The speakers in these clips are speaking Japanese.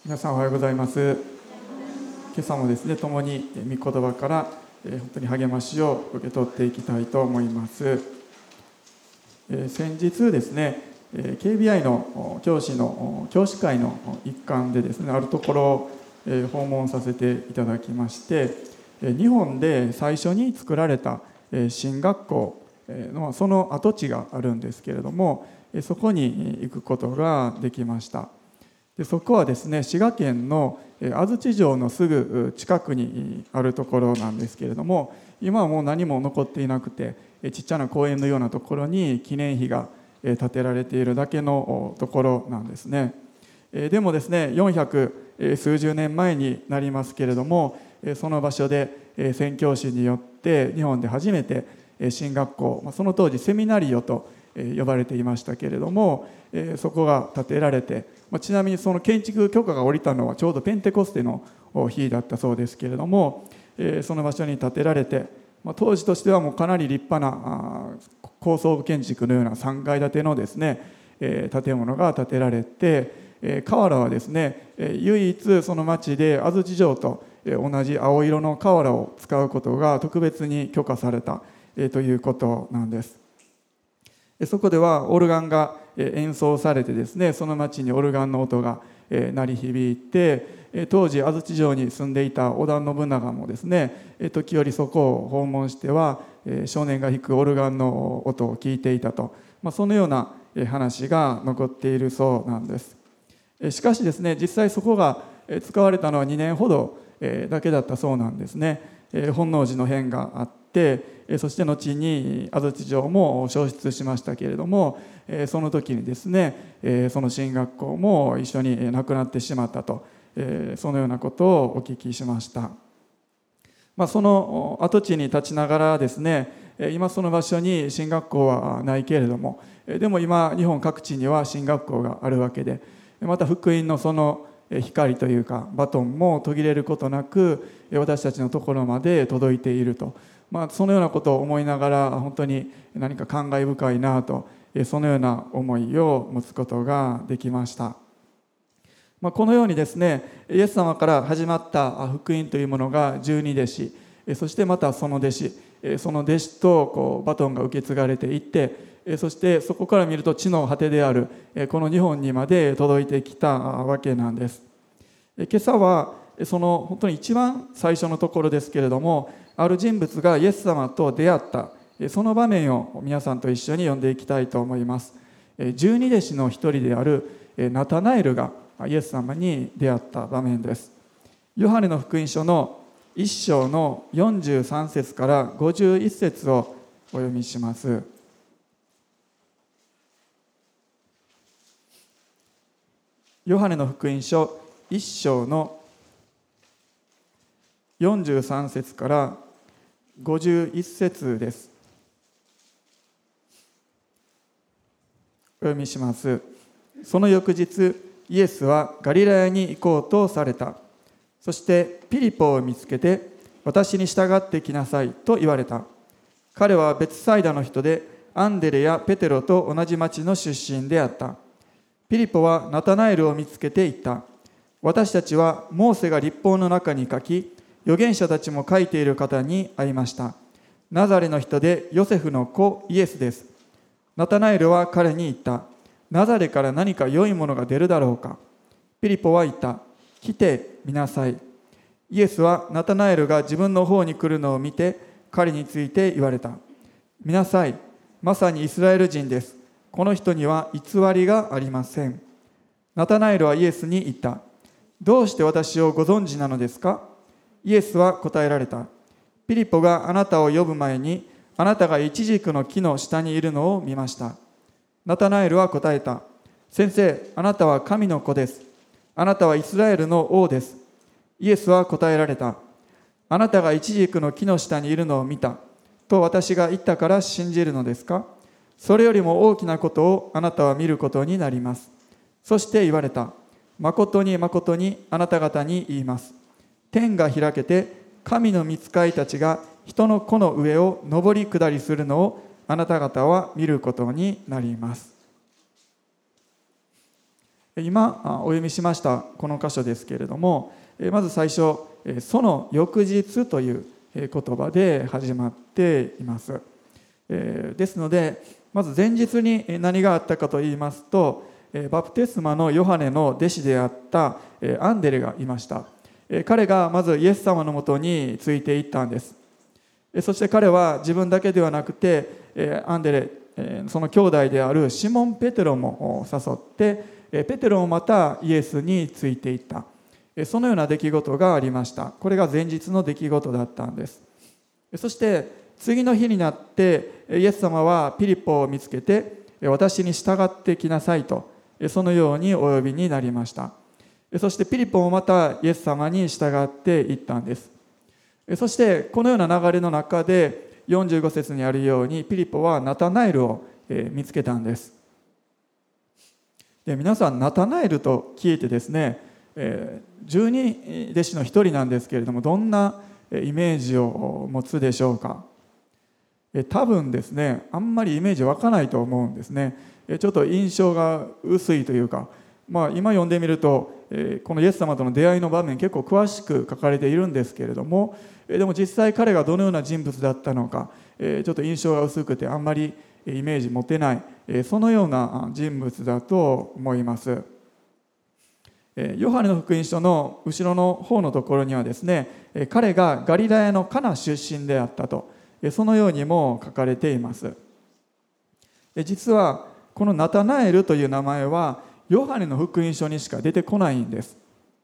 皆さんおはようございます。今朝もですね、共に御言葉から本当に励ましを受け取っていきたいと思います。先日ですね、KBI の教師の教師会の一環でですね、あるところを訪問させていただきまして、日本で最初に作られた神学校のその跡地があるんですけれども、そこに行くことができました。でそこはですね、滋賀県の安土城のすぐ近くにあるところなんですけれども、今はもう何も残っていなくて、ちっちゃな公園のようなところに記念碑が建てられているだけのところなんですね。でもですね、400数十年前になりますけれども、その場所で宣教師によって日本で初めて神学校、その当時セミナリオと呼ばれていましたけれども、そこが建てられて、ちなみにその建築許可が下りたのはちょうどペンテコステの日だったそうですけれども、その場所に建てられて、当時としてはもうかなり立派な高層部建築のような3階建てのですね、建物が建てられて、瓦はですね、唯一その町で安土城と同じ青色の瓦を使うことが特別に許可されたということなんです。そこではオルガンが演奏されてですね、その町にオルガンの音が鳴り響いて、当時安土城に住んでいた織田信長もですね、時折そこを訪問しては少年が弾くオルガンの音を聞いていたと、そのような話が残っているそうなんです。しかしですね、実際そこが使われたのは2年ほどだけだったそうなんですね。本能寺の変があって、そして後に安土城も焼失しましたけれども、その時にですね、その神学校も一緒に亡くなってしまったと、そのようなことをお聞きしました。その跡地に立ちながらですね、今その場所に神学校はないけれども、でも今日本各地には神学校があるわけで、また福音のその光というかバトンも途切れることなく私たちのところまで届いていると、そのようなことを思いながら本当に何か感慨深いなと、そのような思いを持つことができました。このようにですね、イエス様から始まった福音というものが十二弟子、そしてまたその弟子とバトンが受け継がれていって、そしてそこから見ると地の果てであるこの日本にまで届いてきたわけなんです。今朝はその本当に一番最初のところですけれども、ある人物がイエス様と出会ったその場面を皆さんと一緒に読んでいきたいと思います。十二弟子の一人であるナタナエルがイエス様に出会った場面です。ヨハネの福音書の1章の43節から51節をお読みします。ヨハネの福音書1章の43節から51節です。お読みします。その翌日、イエスはガリラヤに行こうとされた。そしてピリポを見つけて、私に従ってきなさいと言われた。彼はベツサイダの人で、アンデレやペテロと同じ町の出身であった。ピリポはナタナエルを見つけて言った。私たちはモーセが律法の中に書き、預言者たちも書いている方に会いました。ナザレの人でヨセフの子イエスです。ナタナエルは彼に言った。ナザレから何か良いものが出るだろうか。ピリポは言った。来てみなさい。イエスはナタナエルが自分の方に来るのを見て、彼について言われた。見なさい。まさにイスラエル人です。この人には偽りがありません。ナタナエルはイエスに言った。どうして私をご存知なのですか？イエスは答えられた。ピリポがあなたを呼ぶ前に、あなたがイチジクの木の下にいるのを見ました。ナタナエルは答えた。先生、あなたは神の子です。あなたはイスラエルの王です。イエスは答えられた。あなたがイチジクの木の下にいるのを見たと私が言ったから信じるのですか？それよりも大きなことをあなたは見ることになります。そして言われた。誠に誠にあなた方に言います。天が開けて神の御使いたちが人の子の上を上り下りするのをあなた方は見ることになります。 今お読みしましたこの箇所ですけれども、まず最初その翌日という言葉で始まっています。ですのでまず前日に何があったかといいますと、バプテスマのヨハネの弟子であったアンデレがいました。彼がまずイエス様のもとについていったんです。そして彼は自分だけではなくてアンデレ、その兄弟であるシモン・ペテロも誘って、ペテロもまたイエスについていった。そのような出来事がありました。これが前日の出来事だったんです。そして次の日になってイエス様はピリポを見つけて、私に従ってきなさいと、そのようにお呼びになりました。そしてピリポもまたイエス様に従っていったんです。そしてこのような流れの中で45節にあるようにピリポはナタナエルを見つけたんです。で皆さんナタナエルと聞いてですね、十二弟子の一人なんですけれども、どんなイメージを持つでしょうか。多分ですねあんまりイメージ湧かないと思うんですね。ちょっと印象が薄いというか、今読んでみるとこのイエス様との出会いの場面結構詳しく書かれているんですけれども、でも実際彼がどのような人物だったのかちょっと印象が薄くてあんまりイメージ持てない、そのような人物だと思います。ヨハネの福音書の後ろの方のところにはですね、彼がガリラヤのカナ出身であったと、そのようにも書かれています。実はこのナタナエルという名前はヨハネの福音書にしか出てこないんです。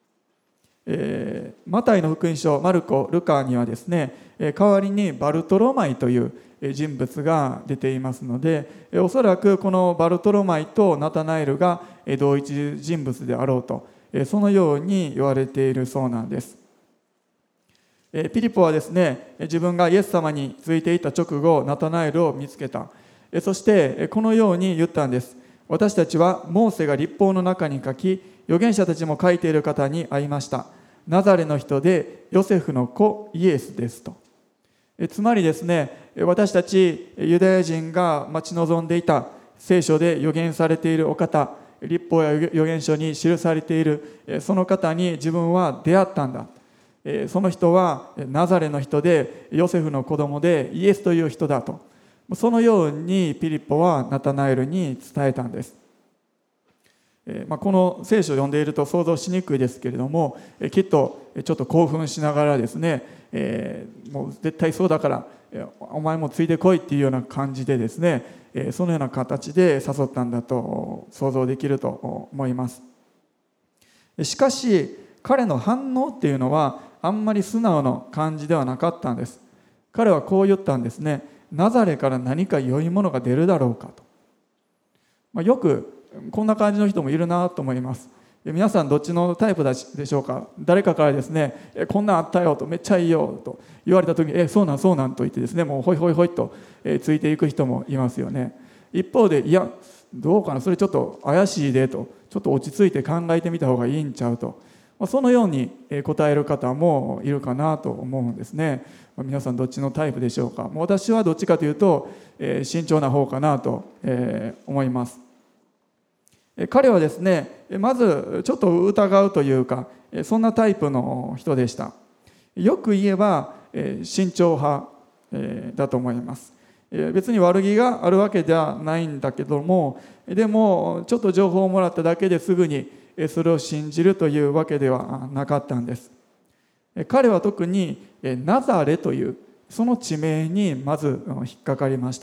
マタイの福音書、マルコ、ルカにはですね、代わりにバルトロマイという人物が出ていますので、おそらくこのバルトロマイとナタナエルが同一人物であろうと、そのように言われているそうなんです。ピリポはですね、自分がイエス様についていた直後、ナタナエルを見つけた。そしてこのように言ったんです。私たちはモーセが律法の中に書き、預言者たちも書いている方に会いました。ナザレの人でヨセフの子イエスですと。つまりですね、私たちユダヤ人が待ち望んでいた聖書で預言されているお方、律法や預言書に記されているその方に自分は出会ったんだ。その人はナザレの人でヨセフの子供でイエスという人だと、そのようにピリポはナタナエルに伝えたんです。この聖書を読んでいると想像しにくいですけれども、きっとちょっと興奮しながらですね、もう絶対そうだからお前もついてこいっていうような感じでですね、そのような形で誘ったんだと想像できると思います。しかし彼の反応っていうのはあんまり素直な感じではなかったんです。彼はこう言ったんですね。ナザレから何か良いものが出るだろうかと。よくこんな感じの人もいるなと思います。皆さんどっちのタイプでしょうか。誰かからですね、こんなんあったよと、めっちゃいいよと言われた時に、そうなんそうなんと言ってですね、もうホイホイホイとついていく人もいますよね。一方で、いやどうかな、それちょっと怪しいでと、ちょっと落ち着いて考えてみた方がいいんちゃうと、そのように答える方もいるかなと思うんですね。皆さんどっちのタイプでしょうか。私はどっちかというと慎重な方かなと思います。彼はですね、まずちょっと疑うというか、そんなタイプの人でした。よく言えば慎重派だと思います。別に悪気があるわけではないんだけども、でもちょっと情報をもらっただけですぐにそれを信じるというわけではなかったんです。彼は特にナザレというその地名にまず引っかかりました。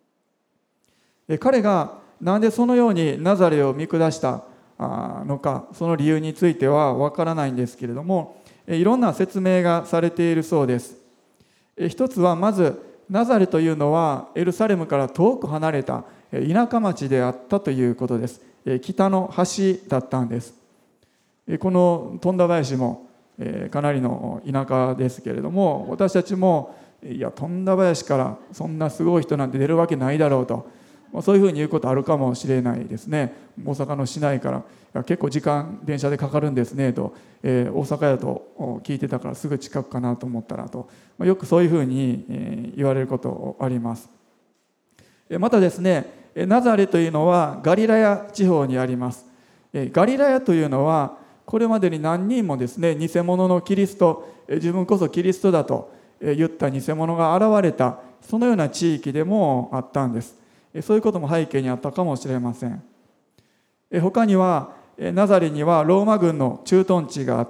彼がなんでそのようにナザレを見下したのか、その理由についてはわからないんですけれども、いろんな説明がされているそうです。一つはまずナザレというのはエルサレムから遠く離れた田舎町であったということです。北の端だったんです。この富田林もかなりの田舎ですけれども、私たちもいや富田林からそんなすごい人なんて出るわけないだろうと、そういうふうに言うことあるかもしれないですね。大阪の市内から結構時間電車でかかるんですねと、大阪やと聞いてたからすぐ近くかなと思ったらと、よくそういうふうに言われることあります。またですね、ナザレというのはガリラヤ地方にあります。 ガリラヤというのはこれまでに何人もですね、偽物のキリスト、自分こそキリストだと言った偽物が現れた、そのような地域でもあったんです。そういうことも背景にあったかもしれません。他にはナザレにはローマ軍の駐屯地があって、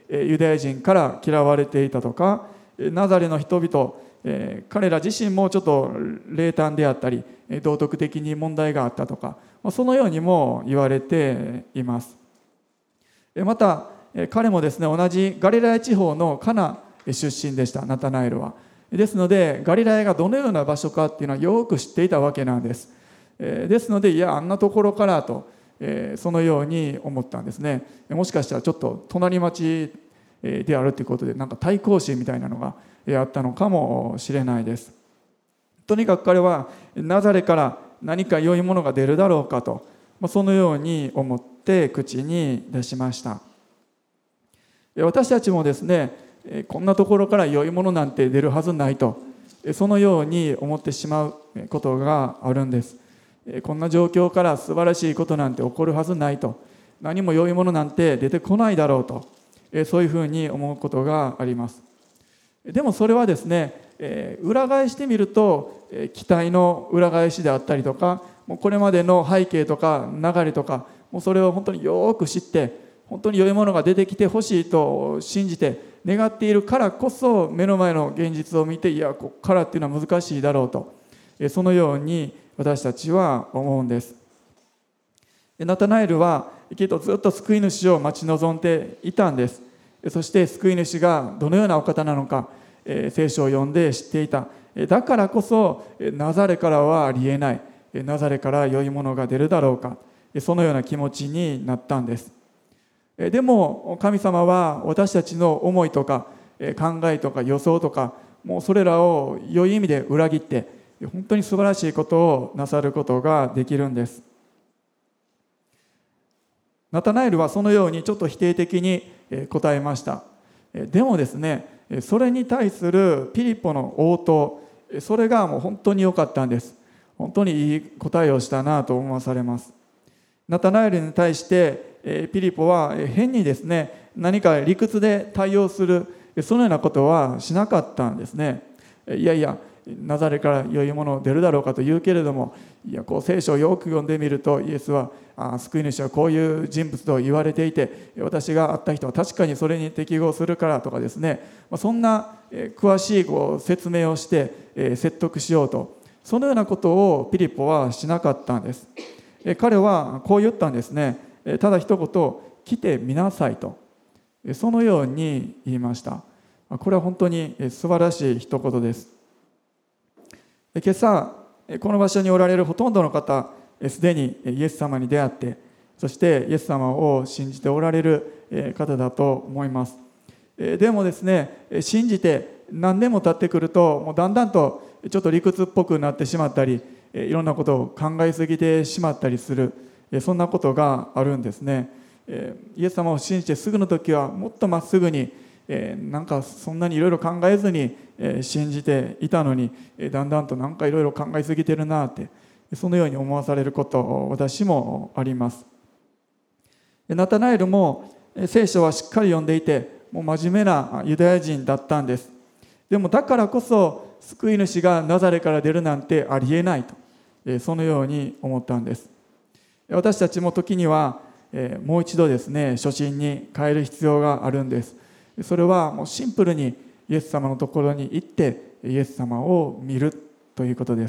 ユダヤ人から嫌われていたとか、ナザレの人々、彼ら自身もちょっと冷淡であったり道徳的に問題があったとか、そのようにも言われています。また彼もですね、同じガリラヤ地方のカナ出身でした、ナタナエルは。ですのでガリラヤがどのような場所かっていうのはよく知っていたわけなんです。ですので、いや、あんなところからとそのように思ったんですね。もしかしたらちょっと隣町であるということで、なんか対抗心みたいなのがあったのかもしれないです。とにかく彼はナザレから何か良いものが出るだろうかと、そのように思って口に出しました。私たちもですね、こんなところから良いものなんて出るはずないと、そのように思ってしまうことがあるんです。こんな状況から素晴らしいことなんて起こるはずないと、何も良いものなんて出てこないだろうと、そういうふうに思うことがあります。でもそれはですね、裏返してみると期待の裏返しであったりとか、もうこれまでの背景とか流れとか、もうそれを本当によく知って、本当に良いものが出てきてほしいと信じて願っているからこそ、目の前の現実を見て、いや、ここからっていうのは難しいだろうと、そのように私たちは思うんです。ナタナエルはきっとずっと救い主を待ち望んでいたんです。そして救い主がどのようなお方なのか、聖書を読んで知っていた。だからこそナザレからはありえない、ナザレから良いものが出るだろうか、そのような気持ちになったんです。でも神様は私たちの思いとか考えとか予想とか、もうそれらを良い意味で裏切って本当に素晴らしいことをなさることができるんです。ナタナエルはそのようにちょっと否定的に答えました。でもですね、それに対するピリポの応答、それがもう本当に良かったんです。本当にいい答えをしたなと思わされます。ナタナエルに対してピリポは変にですね、何か理屈で対応する、そのようなことはしなかったんですね。いやいや、ナザレから良いもの出るだろうかと言うけれども、いや、こう聖書をよく読んでみると、イエスは救い主はこういう人物と言われていて、私が会った人は確かにそれに適合するからとかですね、そんな詳しい説明をして説得しようと、そのようなことをピリポはしなかったんです。彼はこう言ったんですね。ただ一言、来てみなさいと、そのように言いました。これは本当に素晴らしい一言です。今朝この場所におられるほとんどの方、すでにイエス様に出会って、そしてイエス様を信じておられる方だと思います。でもですね、信じて何年も経ってくると、もうだんだんとちょっと理屈っぽくなってしまったり、いろんなことを考えすぎてしまったりする、そんなことがあるんですね。イエス様を信じてすぐの時はもっとまっすぐに、なんかそんなにいろいろ考えずに信じていたのに、だんだんとなんかいろいろ考えすぎてるなって、そのように思わされること私もあります。ナタナエルも聖書はしっかり読んでいて、もう真面目なユダヤ人だったんです。でもだからこそ救い主がナザレから出るなんてありえないと、そのように思ったんです。私たちも時にはもう一度ですね、初心に変える必要があるんです。それはもうシンプルにイエス様のところに行ってイエス様を見るということです。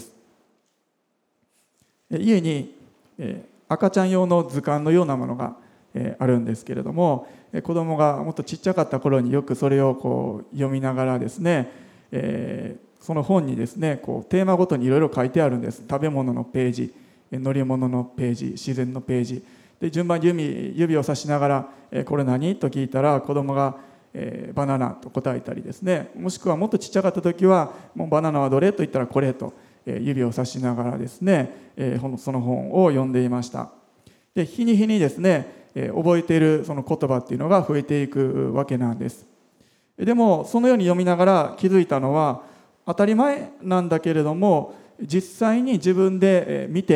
家に赤ちゃん用の図鑑のようなものがあるんですけれども、子供がもっとちっちゃかった頃によくそれを読みながらですね、その本にですね、テーマごとにいろいろ書いてあるんです。食べ物のページ、乗り物のページ、自然のページで、順番に指をさしながらこれ何と聞いたら、子供がバナナと答えたりですね、もしくはもっとちっちゃかった時はもうバナナはどれと言ったらこれと指をさしながらですね、その本を読んでいました。で、日に日にですね、覚えているその言葉っていうのが増えていくわけなんです。でもそのように読みながら気づいたのは、当たり前なんだけれども実際に自分で見て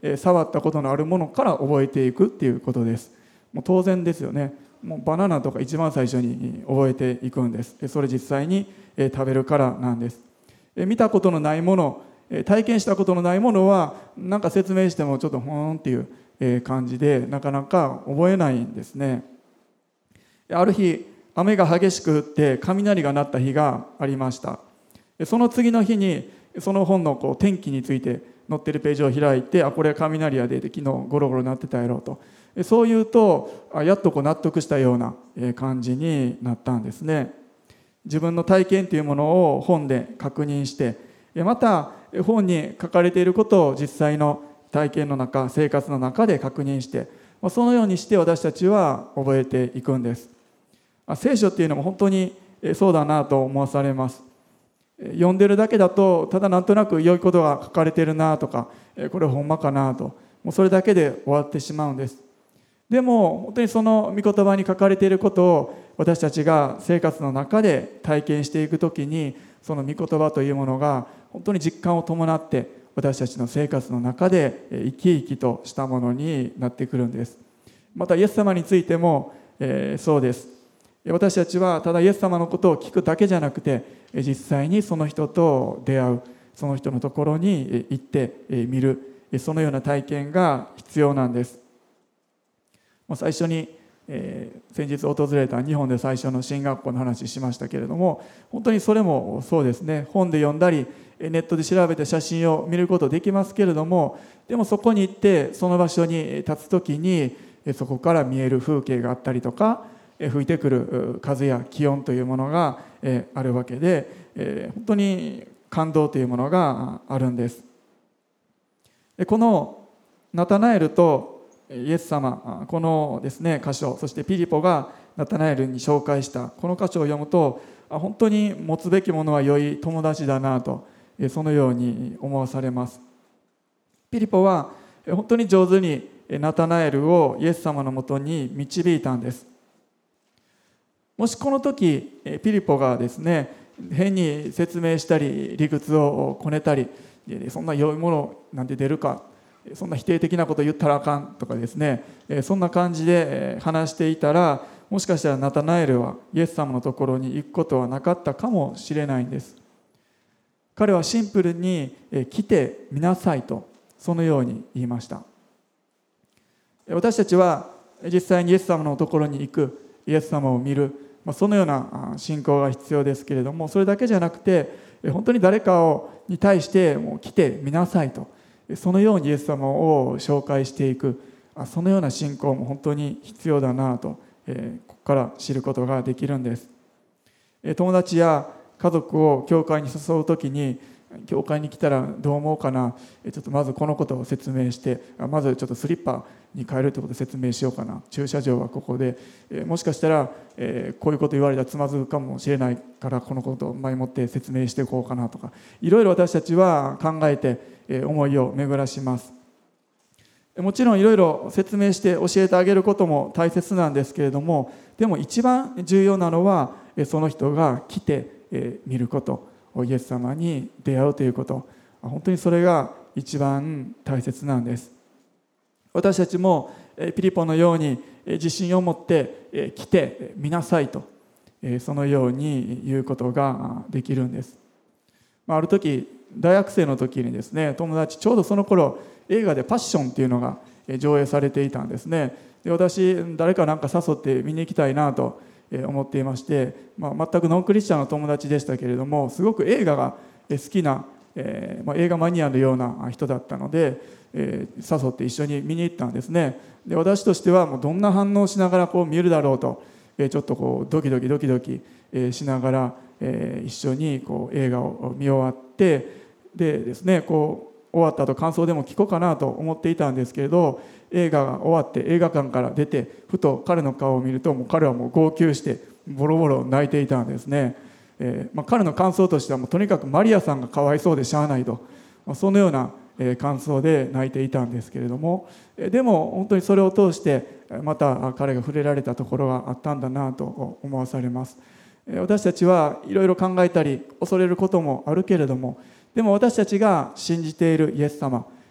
触ったことのあるものから覚えていくっていうことです。もう当然ですよね。もうバナナとか一番最初に覚えていくんです。それ実際に食べるからなんです。見たことのないもの、体験したことのないものはなんか説明してもちょっとほーんっていう感じでなかなか覚えないんですね。ある日雨が激しく降って雷が鳴った日がありました。その次の日にその本の天気について載ってるページを開いて、これ雷やで昨日ゴロゴロ鳴ってたやろうと、そう言うとやっと納得したような感じになったんですね。自分の体験というものを本で確認して、また本に書かれていることを実際の体験の中、生活の中で確認して、そのようにして私たちは覚えていくんです。聖書っていうのも本当にそうだなと思わされます。読んでるだけだとただなんとなく良いことが書かれてるなとか、これほんまかなと、もうそれだけで終わってしまうんです。でも本当にその御言葉に書かれていることを私たちが生活の中で体験していくときに、その御言葉というものが本当に実感を伴って私たちの生活の中で生き生きとしたものになってくるんです。またイエス様についてもそうです。私たちはただイエス様のことを聞くだけじゃなくて、実際にその人と出会う、その人のところに行ってみる、そのような体験が必要なんです。最初に先日訪れた日本で最初の進学校の話しましたけれども、本当にそれもそうですね。本で読んだりネットで調べて写真を見ることできますけれども、でもそこに行ってその場所に立つときにそこから見える風景があったりとか、吹いてくる風や気温というものがあるわけで、本当に感動というものがあるんです。このナタナエルとイエス様、このですね箇所、そしてピリポがナタナエルに紹介したこの箇所を読むと、本当に持つべきものは良い友達だなと、そのように思わされます。ピリポは本当に上手にナタナエルをイエス様のもとに導いたんです。もしこの時ピリポがですね変に説明したり理屈をこねたり、そんな良いものなんて出るか、そんな否定的なこと言ったらあかんとかですね、そんな感じで話していたら、もしかしたらナタナエルはイエス様のところに行くことはなかったかもしれないんです。彼はシンプルに来てみなさいと、そのように言いました。私たちは実際にイエス様のところに行く、イエス様を見る、そのような信仰が必要ですけれども、それだけじゃなくて本当に誰かに対してもう来てみなさいと、そのようにイエス様を紹介していく、そのような信仰も本当に必要だなと、ここから知ることができるんです。友達や家族を教会に誘うときに、教会に来たらどう思うかな、ちょっとまずこのことを説明して、まずちょっとスリッパに変えるということを説明しようかな、駐車場はここで、もしかしたら、こういうこと言われたらつまずくかもしれないからこのことを前もって説明していこうかなとか、いろいろ私たちは考えて思いを巡らします。もちろんいろいろ説明して教えてあげることも大切なんですけれども、でも一番重要なのはその人が来て見ること、イエス様に出会うということ、本当にそれが一番大切なんです。私たちもピリポのように自信を持って来てみなさいと、そのように言うことができるんです。ある時大学生の時にですね、友達、ちょうどその頃映画でパッションっていうのが上映されていたんですね。で、私誰かなんか誘って見に行きたいなと思っていまして、全くノンクリスチャンの友達でしたけれども、すごく映画が好きな、映画マニアのような人だったので、誘って一緒に見に行ったんですね。で、私としてはもうどんな反応をしながら見るだろうと、ちょっとドキドキしながら一緒に映画を見終わって、でですね、終わった後感想でも聞こうかなと思っていたんですけれど、映画が終わって映画館から出てふと彼の顔を見ると、もう彼はもう号泣してボロボロ泣いていたんですね。彼の感想としてはもうとにかくマリアさんがかわいそうでしゃあないと、そのような感想で泣いていたんですけれども、でも本当にそれを通してまた彼が触れられたところがあったんだなと思わされます。私たちはいろいろ考えたり恐れることもあるけれども、でも私たちが信じているイエス様、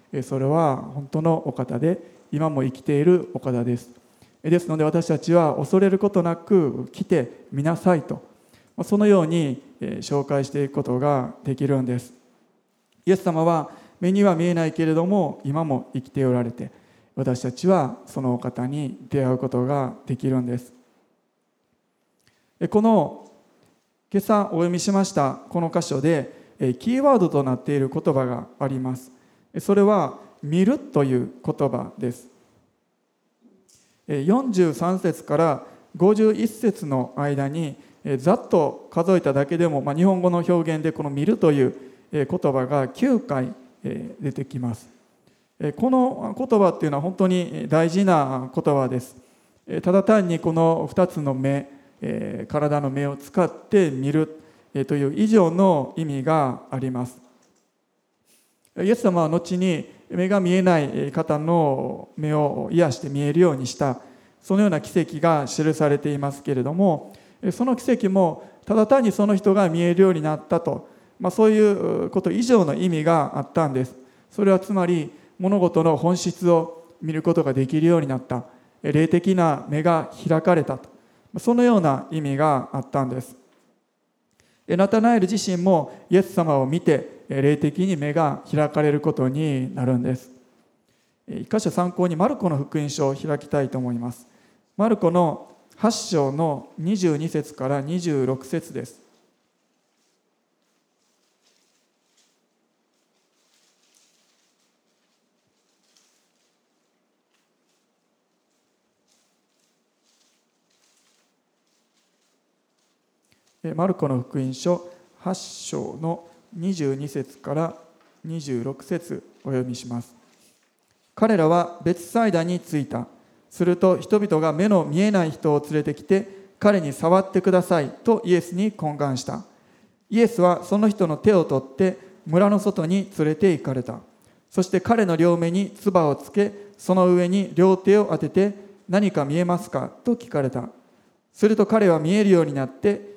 それは本当のお方で、今も生きているお方です。ですので私たちは恐れることなく来てみなさいと、そのように紹介していくことができるんです。イエス様は目には見えないけれども今も生きておられて、私たちはそのお方に出会うことができるんです。この今朝お読みしましたこの箇所でキーワードとなっている言葉があります。それは見るという言葉です。43節から51節の間にざっと数えただけでも、日本語の表現でこの見るという言葉が9回出てきます。この言葉っていうのは本当に大事な言葉です。ただ単にこの2つの目、体の目を使って見るという以上の意味があります。イエス様は後に目が見えない方の目を癒して見えるようにした、そのような奇跡が記されていますけれども、その奇跡もただ単にその人が見えるようになったと、そういうこと以上の意味があったんです。それはつまり物事の本質を見ることができるようになった、霊的な目が開かれたと、そのような意味があったんです。ナタナエル自身もイエス様を見て霊的に目が開かれることになるんです。一箇所参考にマルコの福音書を開きたいと思います。マルコの8章の22節から26節です。マルコの福音書8章の22節から26節お読みします。彼らはベツサイダに着いた。すると人々が目の見えない人を連れてきて、彼に触ってくださいとイエスに懇願した。イエスはその人の手を取って村の外に連れて行かれた。そして彼の両目に唾をつけ、その上に両手を当てて、何か見えますかと聞かれた。すると彼は見えるようになって、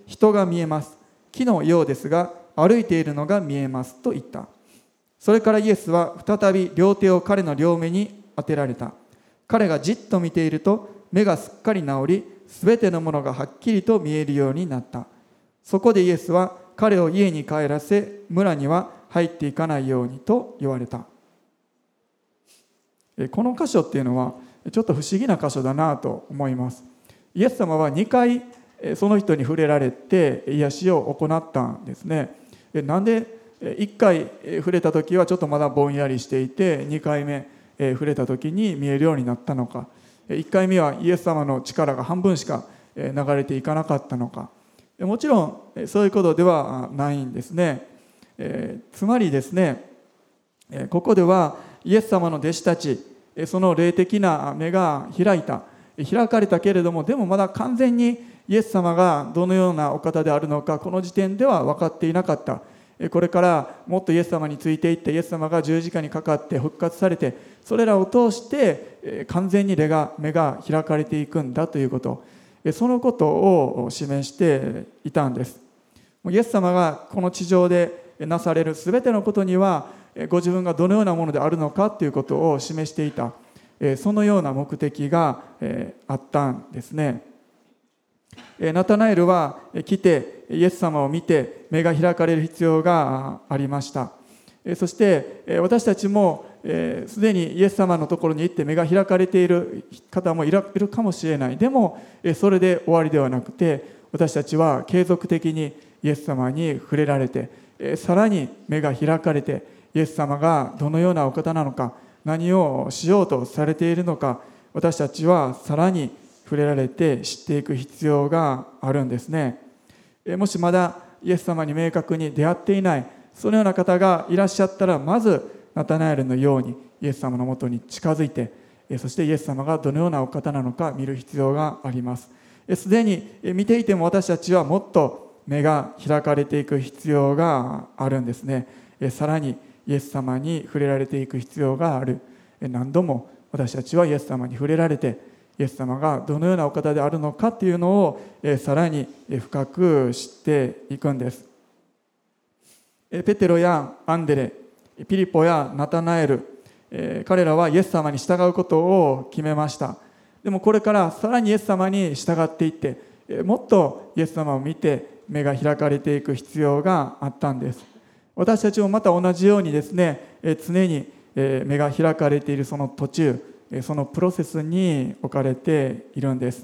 人が見えます。木のようですが、歩いているのが見えますと言った。それからイエスは再び両手を彼の両目に当てられた。彼がじっと見ていると、目がすっかり治り、すべてのものがはっきりと見えるようになった。そこでイエスは彼を家に帰らせ、村には入っていかないようにと言われた。この箇所っていうのはちょっと不思議な箇所だなと思います。イエス様は2回その人に触れられて癒しを行ったんですね。なんで1回触れた時はちょっとまだぼんやりしていて、2回目触れた時に見えるようになったのか、1回目はイエス様の力が半分しか流れていかなかったのか、もちろんそういうことではないんですね。つまりですね、ここではイエス様の弟子たち、その霊的な目が開かれたけれども、でもまだ完全にイエス様がどのようなお方であるのか、この時点では分かっていなかった。これからもっとイエス様についていって、イエス様が十字架にかかって復活されて、それらを通して完全に目が開かれていくんだということ、そのことを示していたんです。イエス様がこの地上でなされるすべてのことには、ご自分がどのようなものであるのかということを示していた、そのような目的があったんですね。ナタナエルは来てイエス様を見て目が開かれる必要がありました。そして私たちもすでにイエス様のところに行って目が開かれている方もいるかもしれない。でもそれで終わりではなくて、私たちは継続的にイエス様に触れられて、さらに目が開かれて、イエス様がどのようなお方なのか、何をしようとされているのか、私たちはさらに触れられて知っていく必要があるんですね。もしまだイエス様に明確に出会っていない、そのような方がいらっしゃったら、まずナタナエルのようにイエス様のもとに近づいて、そしてイエス様がどのようなお方なのか見る必要があります。すでに見ていても私たちはもっと目が開かれていく必要があるんですね。さらにイエス様に触れられていく必要がある。何度も私たちはイエス様に触れられて、イエス様がどのようなお方であるのかというのをさらに深く知っていくんです。ペテロやアンデレ、ピリポやナタナエル、 彼らはイエス様に従うことを決めました。でもこれからさらにイエス様に従っていって、もっとイエス様を見て目が開かれていく必要があったんです。私たちもまた同じようにですね、常に目が開かれているその途中、そのプロセスに置かれているんです。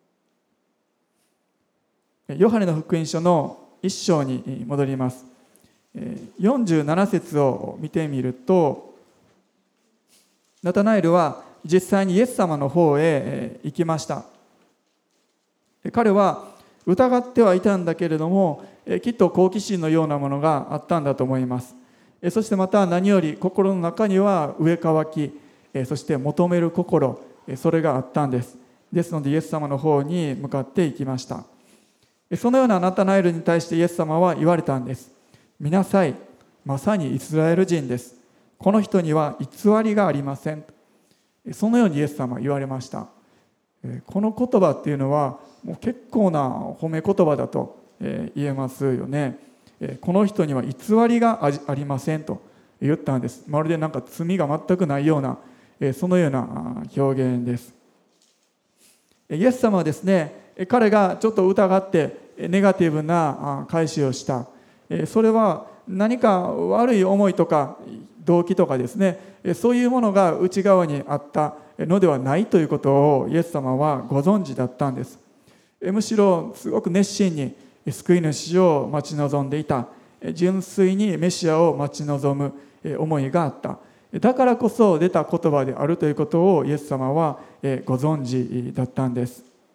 ヨハネの福音書の1章に戻ります。47節を見てみると、ナタナエルは実際にイエス様の方へ行きました。彼は疑ってはいたんだけれども、きっと好奇心のようなものがあったんだと思います。そしてまた何より心の中には飢え渇き、そして求める心、それがあったんです。ですのでイエス様の方に向かっていきました。そのようなナタナエルに対してイエス様は言われたんです。見なさい、まさにイスラエル人です。この人には偽りがありません。そのようにイエス様は言われました。この言葉っていうのはもう結構な褒め言葉だと言えますよね。この人には偽りがありませんと言ったんです。まるでなんか罪が全くないようなそのような表現です。イエス様はですね、彼がちょっと疑ってネガティブな返しをした。それは何か悪い思いとか動機とかですね、そういうものが内側にあったのではないということをイエス様はご存知だったんです。むしろすごく熱心に救い主を待ち望んでいた。純粋にメシアを待ち望む思いがあった。だからこそ出た言葉であるということをイエス様はご存知だったんです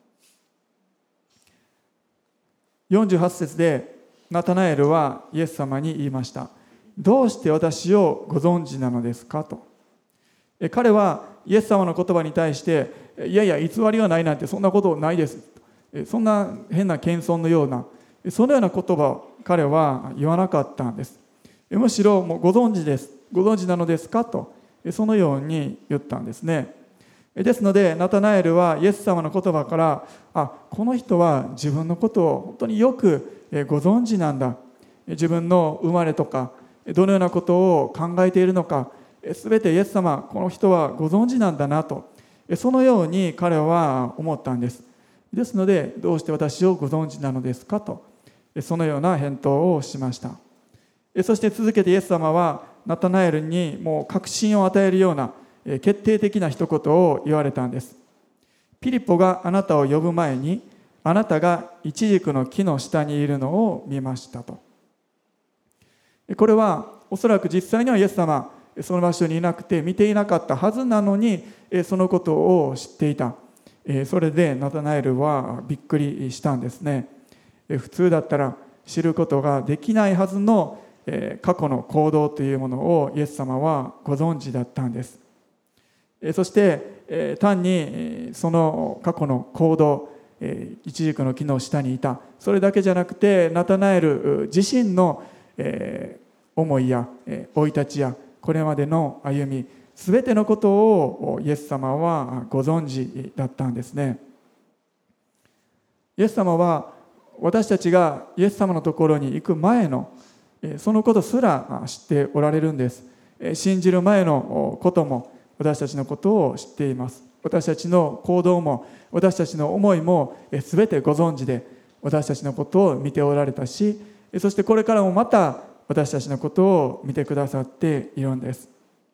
。48節でナタナエルはイエス様に言いました。どうして私をご存知なのですかと。彼はイエス様の言葉に対して、いやいや偽りはないなんてそんなことないです。そんな変な謙遜のような、そのような言葉を彼は言わなかったんです。むしろもうご存知です。ご存知なのですかと、そのように言ったんですね。ですのでナタナエルはイエス様の言葉から、この人は自分のことを本当によくご存知なんだ。自分の生まれとかどのようなことを考えているのか、すべてイエス様、この人はご存知なんだなと、そのように彼は思ったんです。ですので、どうして私をご存知なのですかと、そのような返答をしました。そして続けてイエス様はナタナエルにもう確信を与えるような決定的な一言を言われたんです。ピリポがあなたを呼ぶ前に、あなたがイチジクの木の下にいるのを見ましたと。これはおそらく実際にはイエス様その場所にいなくて見ていなかったはずなのに、そのことを知っていた。それでナタナエルはびっくりしたんですね。普通だったら知ることができないはずの過去の行動というものをイエス様はご存知だったんです。そして単にその過去の行動、イチジクの木の下にいた、それだけじゃなくてナタナエル自身の思いや生い立ちやこれまでの歩み、すべてのことをイエス様はご存知だったんですね。イエス様は私たちがイエス様のところに行く前のそのことすら知っておられるんです。信じる前のことも私たちのことを知っています。私たちの行動も私たちの思いもすべてご存知で、私たちのことを見ておられたし、そしてこれからもまた私たちのことを見てくださっているんです。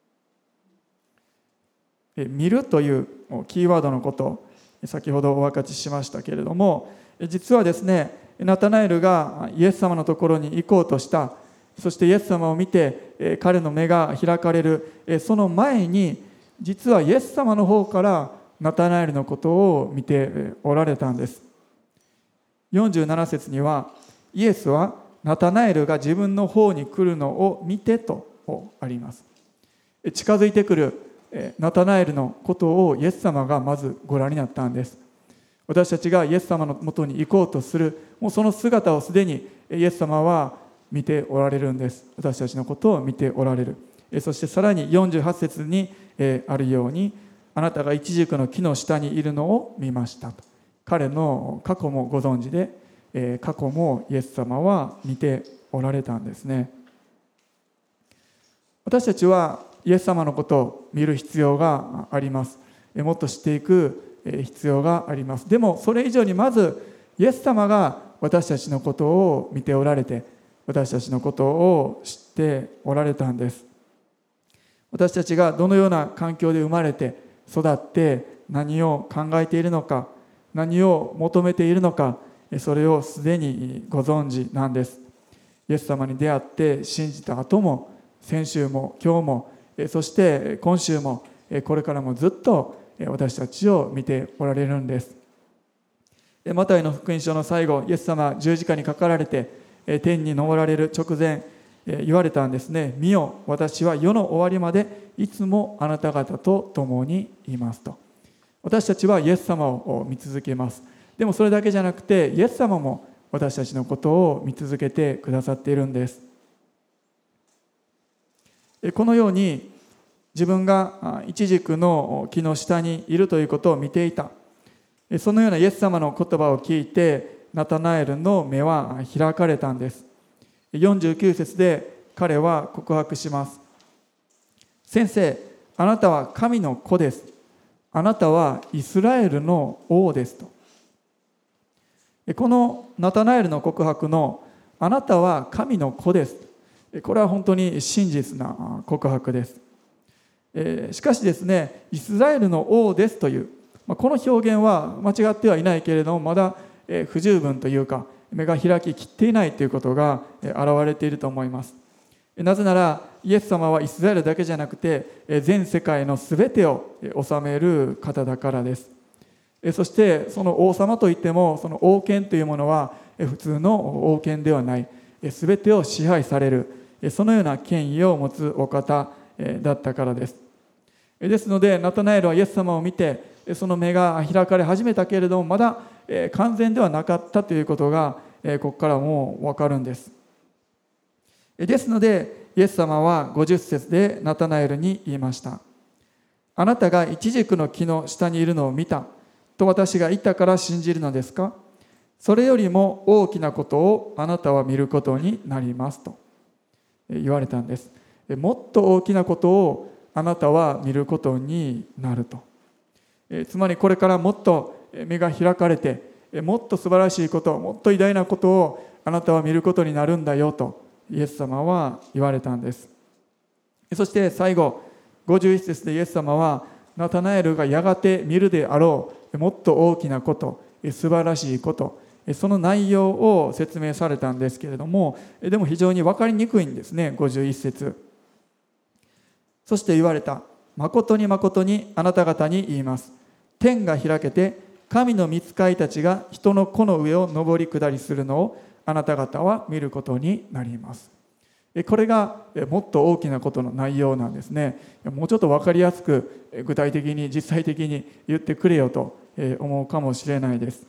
見るというキーワードのことを先ほどお分かちしましたけれども、実はですね、ナタナエルがイエス様のところに行こうとした、そしてイエス様を見て彼の目が開かれるその前に、実はイエス様の方からナタナエルのことを見ておられたんです。47節には、イエスはナタナエルが自分の方に来るのを見てとあります。近づいてくるナタナエルのことをイエス様がまずご覧になったんです。私たちがイエス様のもとに行こうとする、もうその姿をすでにイエス様は見ておられるんです。私たちのことを見ておられる。そしてさらに48節にあるように、あなたがイチジクの木の下にいるのを見ましたと。彼の過去もご存知で、過去もイエス様は見ておられたんですね。私たちはイエス様のことを見る必要があります。もっと知っていく必要があります。でもそれ以上にまずイエス様が私たちのことを見ておられて、私たちのことを知っておられたんです。私たちがどのような環境で生まれて育って何を考えているのか、何を求めているのか、それをすでにご存知なんです。イエス様に出会って信じた後も、先週も今日も、そして今週もこれからもずっと私たちを見ておられるんです。マタイの福音書の最後、イエス様十字架にかかられて天に昇られる直前言われたんですね。見よ、私は世の終わりまでいつもあなた方と共にいますと。私たちはイエス様を見続けます。でもそれだけじゃなくて、イエス様も私たちのことを見続けてくださっているんです。このように自分がイチジクの木の下にいるということを見ていた。そのようなイエス様の言葉を聞いて、ナタナエルの目は開かれたんです。49節で彼は告白します。先生、あなたは神の子です。あなたはイスラエルの王ですと。このナタナエルの告白のあなたは神の子です。これは本当に真実な告白です。しかしですね、イスラエルの王ですという、この表現は間違ってはいないけれども、まだ不十分というか、目が開ききっていないということが現れていると思います。なぜならイエス様はイスラエルだけじゃなくて全世界のすべてを治める方だからです。そしてその王様といっても、その王権というものは普通の王権ではない、すべてを支配される、そのような権威を持つお方だったからです。ですのでナタナエルはイエス様を見て、その目が開かれ始めたけれども、まだ完全ではなかったということがここからもう分かるんです。ですのでイエス様は50節でナタナエルに言いました。あなたがイチジクの木の下にいるのを見たと私が言ったから信じるのですか？それよりも大きなことをあなたは見ることになりますと言われたんです。もっと大きなことをあなたは見ることになると。つまりこれからもっと目が開かれて、もっと素晴らしいこと、もっと偉大なことをあなたは見ることになるんだよとイエス様は言われたんです。そして最後51節でイエス様はナタナエルがやがて見るであろうもっと大きなこと、素晴らしいこと、その内容を説明されたんですけれども、でも非常に分かりにくいんですね。51節、そして言われた。誠に誠にあなた方に言います。天が開けて神の御使いたちが人の子の上を上り下りするのをあなた方は見ることになります。これがもっと大きなことの内容なんですね。もうちょっと分かりやすく具体的に実際的に言ってくれよと思うかもしれないです。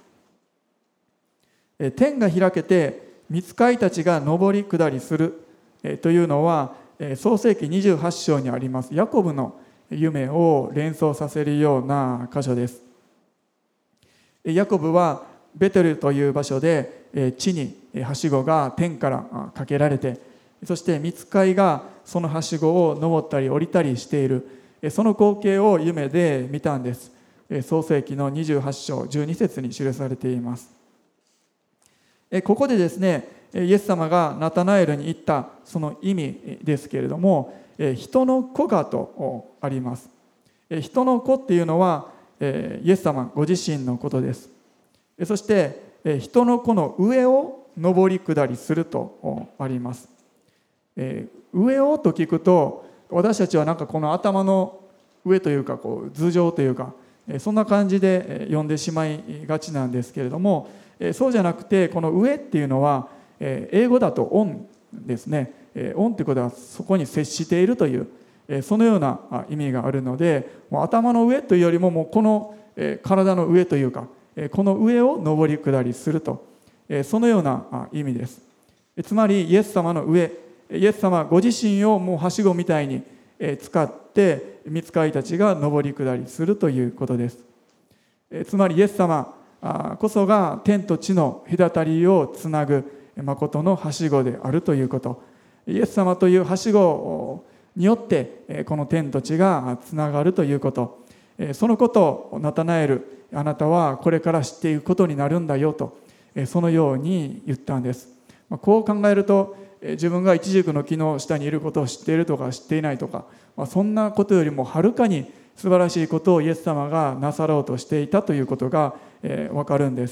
天が開けて御使いたちが上り下りするというのは創世記28章にありますヤコブの夢を連想させるような箇所です。ヤコブはベテルという場所で地にはしごが天からかけられて、そして御使いがそのはしごを登ったり降りたりしている、その光景を夢で見たんです。創世記の28章12節に記されています。ここでですね、イエス様がナタナエルに言ったその意味ですけれども、人の子がとあります。人の子っていうのはイエス様ご自身のことです。そして人の子の上を上り下りするとあります。上をと聞くと私たちはなんかこの頭の上というかこう頭上というかそんな感じで読んでしまいがちなんですけれども、そうじゃなくてこの上っていうのは英語だとオンですね。オンということはそこに接しているというそのような意味があるので、もう頭の上というよりももうこの体の上というかこの上を上り下りするとそのような意味です。つまりイエス様の上、イエス様ご自身をもうはしごみたいに使って御使いたちが上り下りするということです。つまりイエス様こそが天と地の隔たりをつなぐ誠のはしごであるということ。イエス様というはしごによってこの天と地がつながるということ、そのことをナタナエル、あなたはこれから知っていくことになるんだよと、そのように言ったんです。こう考えると、自分がイチジクの木の下にいることを知っているとか知っていないとか、そんなことよりもはるかに素晴らしいことをイエス様がなさろうとしていたということがわかるんです。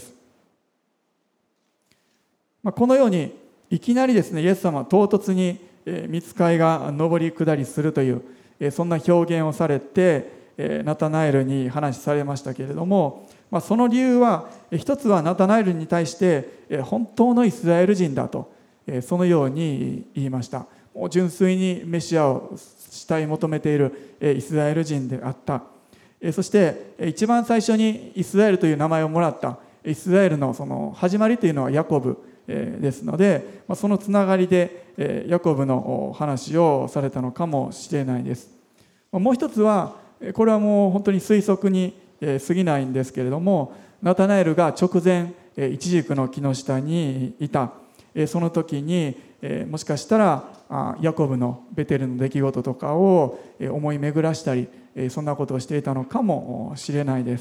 このようにいきなりですね、イエス様は唐突に御使いが上り下りするというそんな表現をされてナタナエルに話されましたけれども、その理由は一つはナタナエルに対して本当のイスラエル人だとそのように言いました。もう純粋にメシアを慕い求めているイスラエル人であった。そして一番最初にイスラエルという名前をもらったイスラエルのその始まりというのはヤコブですので、そのつながりでヤコブの話をされたのかもしれないです。もう一つはこれはもう本当に推測に過ぎないんですけれども、ナタナエルが直前イチジクの木の下にいたその時にもしかしたらヤコブのベテルの出来事とかを思い巡らしたりそんなことをしていたのかもしれないです。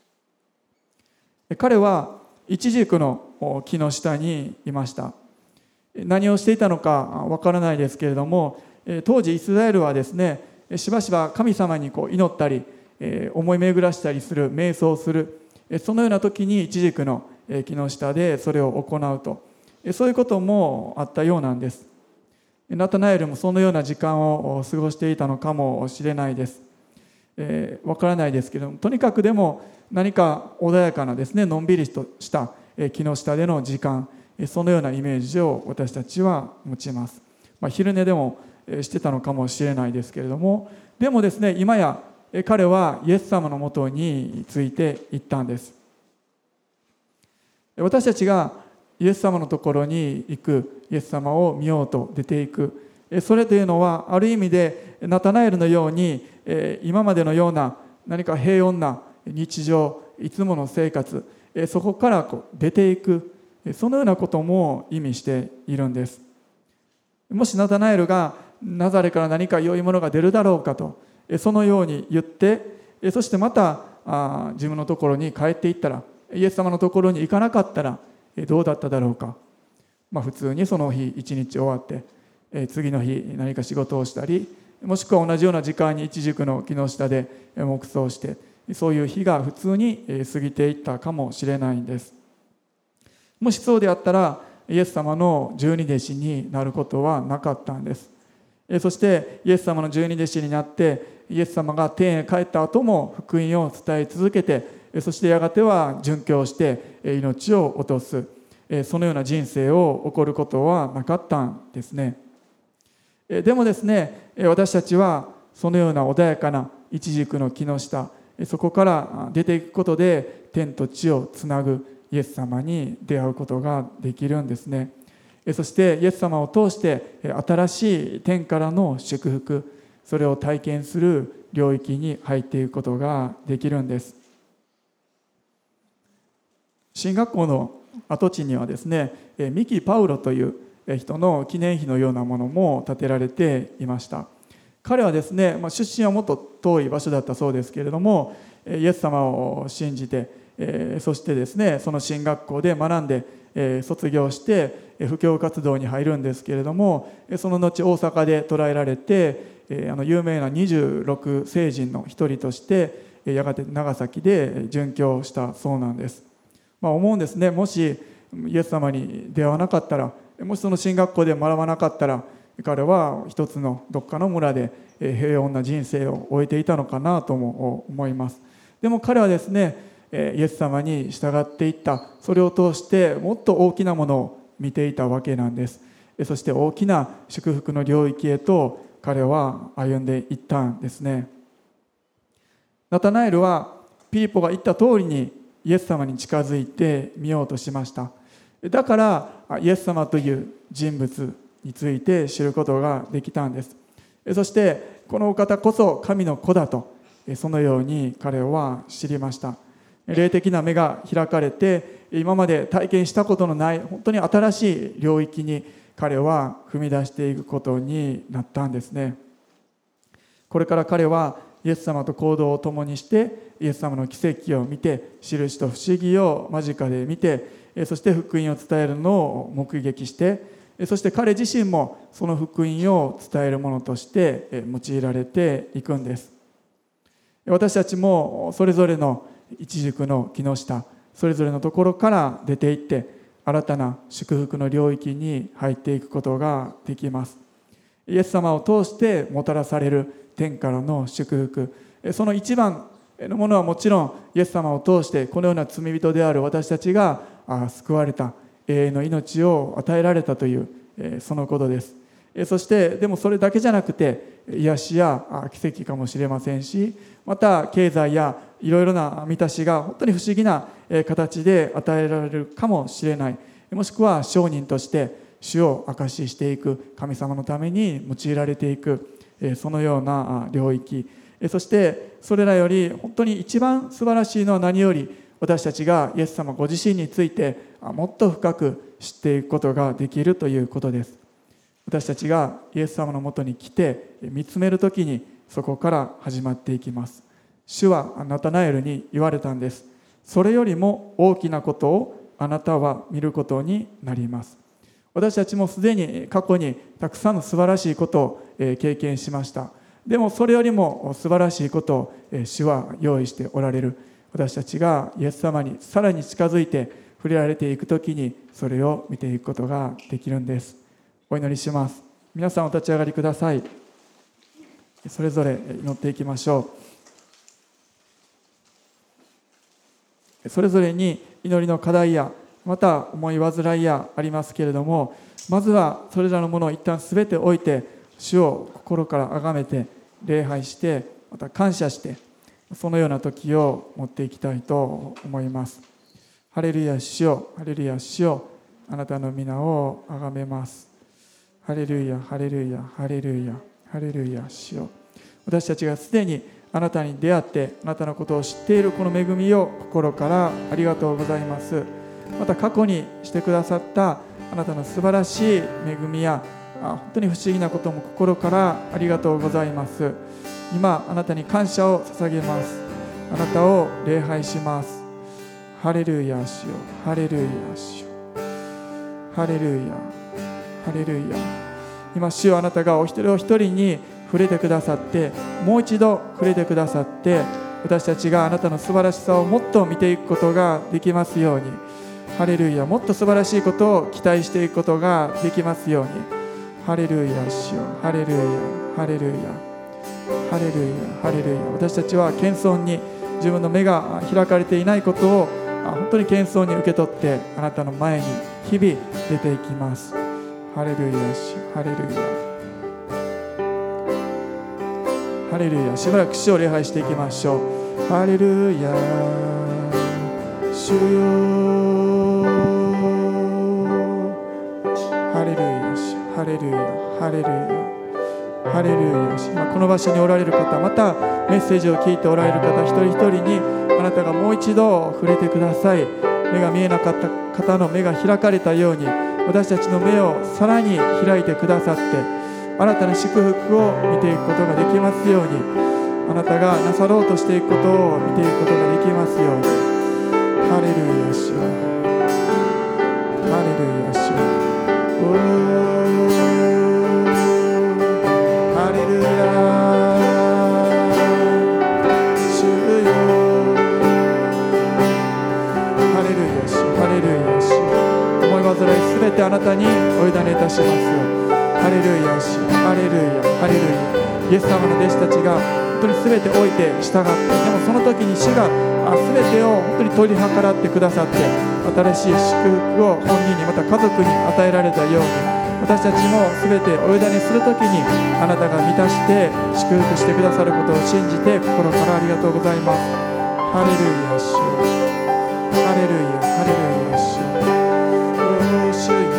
彼はイチジクの木の下にいました。何をしていたのかわからないですけれども、当時イスラエルはですね、しばしば神様に祈ったり思い巡らしたりする、瞑想する、そのような時にイチジクの木の下でそれを行うと、そういうこともあったようなんです。ナタナエルもそのような時間を過ごしていたのかもしれないです。わからないですけれども、とにかくでも何か穏やかなですね、のんびりとした木の下での時間、そのようなイメージを私たちは持ちます。昼寝でもしてたのかもしれないですけれども、でもですね、今や彼はイエス様のもとについて行ったんです。私たちがイエス様のところに行く、イエス様を見ようと出ていく、それというのはある意味でナタナエルのように今までのような何か平穏な日常、いつもの生活、そこから出ていく、そのようなことも意味しているんです。もしナタナエルがナザレから何か良いものが出るだろうかとそのように言って、そしてまた自分のところに帰っていったら、イエス様のところに行かなかったらどうだっただろうか。普通にその日一日終わって次の日何か仕事をしたり、もしくは同じような時間にイチジクの木の下で黙想して、そういう日が普通に過ぎていったかもしれないんです。もしそうであったらイエス様の十二弟子になることはなかったんです。そしてイエス様の十二弟子になってイエス様が天へ帰った後も福音を伝え続けて、そしてやがては殉教して命を落とす、そのような人生を送ることはなかったんですね。でもですね、私たちはそのような穏やかなイチジクの木の下、そこから出ていくことで天と地をつなぐイエス様に出会うことができるんですね。そしてイエス様を通して新しい天からの祝福、それを体験する領域に入っていくことができるんです。神学校の跡地にはですね、ミキ・パウロという人の記念碑のようなものも建てられていました。彼はですね、出身はもっと遠い場所だったそうですけれども、イエス様を信じて、そしてですね、その神学校で学んで卒業して布教活動に入るんですけれども、その後大阪で捕らえられて有名な26聖人の一人としてやがて長崎で殉教したそうなんです。思うんですね、もしイエス様に出会わなかったら、もしその神学校で学ばなかったら、彼は一つのどっかの村で平穏な人生を終えていたのかなとも思います。でも彼はですね、イエス様に従っていった。それを通してもっと大きなものを見ていたわけなんです。そして大きな祝福の領域へと彼は歩んでいったんですね。ナタナエルはピリポが言った通りにイエス様に近づいてみようとしました。だからイエス様という人物について知ることができたんです。そしてこのお方こそ神の子だと、そのように彼は知りました。霊的な目が開かれて、今まで体験したことのない本当に新しい領域に彼は踏み出していくことになったんですね。 これから彼はイエス様と行動を共にしてイエス様の奇跡を見て、印と不思議を間近で見て、そして福音を伝えるのを目撃して、そして彼自身もその福音を伝えるものとして用いられていくんです。私たちもそれぞれの一軸の木の下、それぞれのところから出ていって新たな祝福の領域に入っていくことができます。イエス様を通してもたらされる天からの祝福、その一番のものはもちろんイエス様を通してこのような罪人である私たちが救われた、永遠の命を与えられたというそのことです。そしてでもそれだけじゃなくて、癒しや奇跡かもしれませんし、また経済やいろいろな満たしが本当に不思議な形で与えられるかもしれない。もしくは商人として主を証ししていく、神様のために用いられていく、そのような領域、そしてそれらより本当に一番素晴らしいのは何より、私たちがイエス様ご自身についてもっと深く知っていくことができるということです。私たちがイエス様のもとに来て見つめるときに、そこから始まっていきます。主はナタナエルに言われたんです。それよりも大きなことをあなたは見ることになります。私たちもすでに過去にたくさんの素晴らしいことを経験しました。でもそれよりも素晴らしいことを主は用意しておられる。私たちがイエス様にさらに近づいて触れられていくときに、それを見ていくことができるんです。お祈りします。皆さんお立ち上がりください。それぞれ祈っていきましょう。それぞれに祈りの課題やまた思い煩いやありますけれども、まずはそれらのものを一旦すべて置いて、主を心から崇めて礼拝して、また感謝して、そのような時を持っていきたいと思います。ハレルヤ主よ、ハレルヤ主よ、あなたの皆を崇めます。ハレルヤハレルヤハレルヤハレルヤ主よ。私たちがすでにあなたに出会ってあなたのことを知っているこの恵みを心からありがとうございます。また過去にしてくださったあなたの素晴らしい恵みや本当に不思議なことも心からありがとうございます。今あなたに感謝を捧げます。あなたを礼拝します。ハレルヤ主よ、ハレルヤ主よ、ハレルヤハレルヤ。今主よ、あなたがお一人お一人に触れてくださって、もう一度触れてくださって、私たちがあなたの素晴らしさをもっと見ていくことができますように。ハレルヤ。もっと素晴らしいことを期待していくことができますように。ハレルヤ主よ、ハレルヤハレルヤハレルヤハレルヤ。私たちは謙遜に自分の目が開かれていないことを本当に謙遜に受け取って、あなたの前に日々出ていきます。ハレルヤ主、ハレルヤハレルヤ。しばらく主を礼拝していきましょう。ハレルヤ主よ、ハレルヤ主、ハレルヤハレルヤハレルヤ。今この場所におられる方、またメッセージを聞いておられる方、一人一人にあなたがもう一度触れてください。目が見えなかった方の目が開かれたように、私たちの目をさらに開いてくださって、新たな祝福を見ていくことができますように、あなたがなさろうとしていくことを見ていくことができますように。ハレルヤ主よ、ハレルヤ主よ、ハレルヤ主よ、ハレルヤ主、ハレルヤ主。思い煩いすべてあなたにお委ねいたします。ハレルヤ主、ハレルヤハレルヤ。イエス様の弟子たちが本当にすべて置いて従って、でもその時に主がすべてを本当に取り計らってくださって、新しい祝福を本人にまた家族に与えられたように、私たちもすべてお委ねする時にあなたが満たして祝福してくださることを信じて、心からありがとうございます。ハレルヤ主、ハレルヤハレルヤ主、主よ、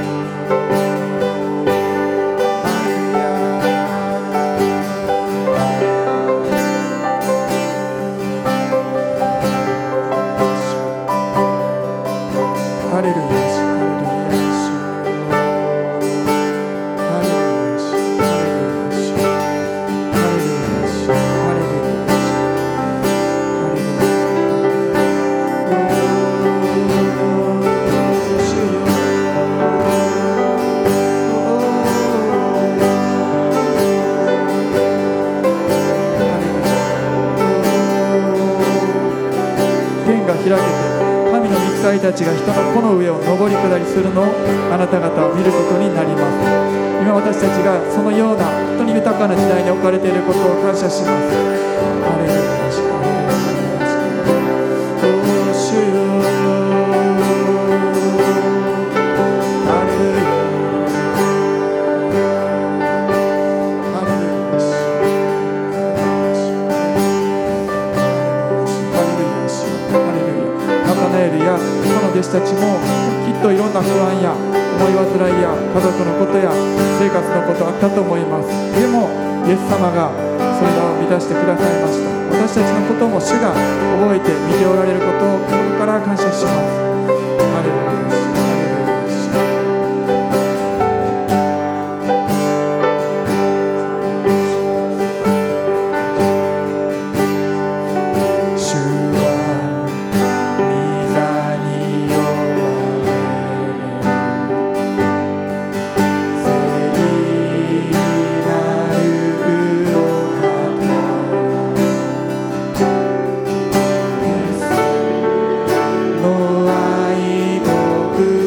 ハレルヤ主、ハレルヤ主、ハレルヤ主、ハレルヤ主、ハレルヤ主、ハレルヤ主。 神たちが人の子の上を上り下りするのをあなた方は見ることになります。今私たちがそのような本当に豊かな時代に置かれていることを感謝します。ハレルヤ、主よ、ハレルヤ、ハレルヤ、ナタナエルやその弟子たちもきっといろんな不安や思い煩いや家族のことや生活のことあったと思います。でもイエス様がそれらを満たしてくださいました。私たちのことも主が覚えて見ておられることを心から感謝します。ハレルヤ、の愛僕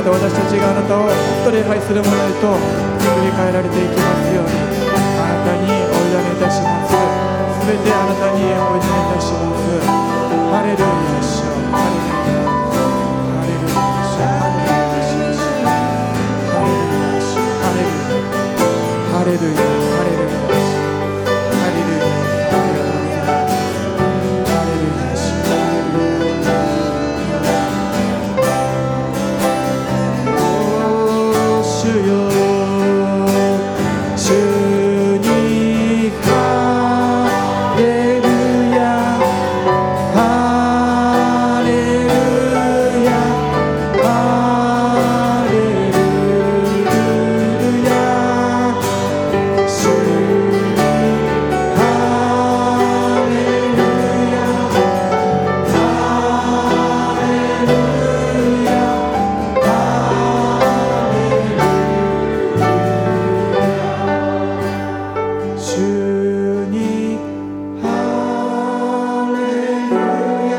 また私たちがあなたをもっと礼拝するものへと振り返られていきますように、あなたにお委ねいたします。すべてあなたにお委ねいたします。ハレルヤ主よ、ハレルヤ、ハレルヤ主よ、ハレルヤ主よ、ハレルヤ主よ、ハレルヤ、ハレルヤ、ハレルヤ、ハレルヤ、ありがとうございます。ハレルヤ主よ、ハレルヤ。お主よ、主にハレルヤ、ハレルヤ、ハレルヤ、主にハレルヤ、ハレルヤ、主にハレルヤ、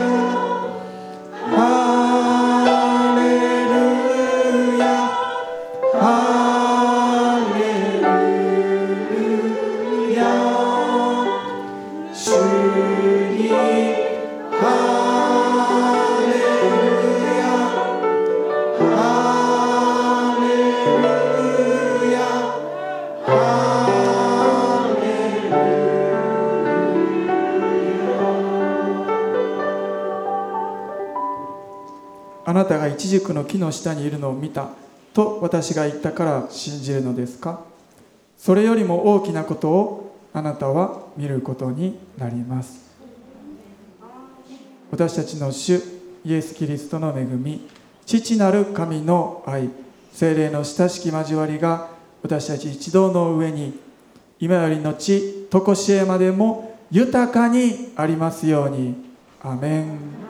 ハレルヤ、ハレルヤ、主にハレルヤ、ハレルヤ、あなたがイチジクの木の下にいるのを見たと私が言ったから信じるのですか？それよりも大きなことをあなたは見ることになります。私たちの主イエス・キリストの恵み、父なる神の愛、聖霊の親しき交わりが私たち一同の上に今よりのち常しえまでも豊かにありますように。アメン。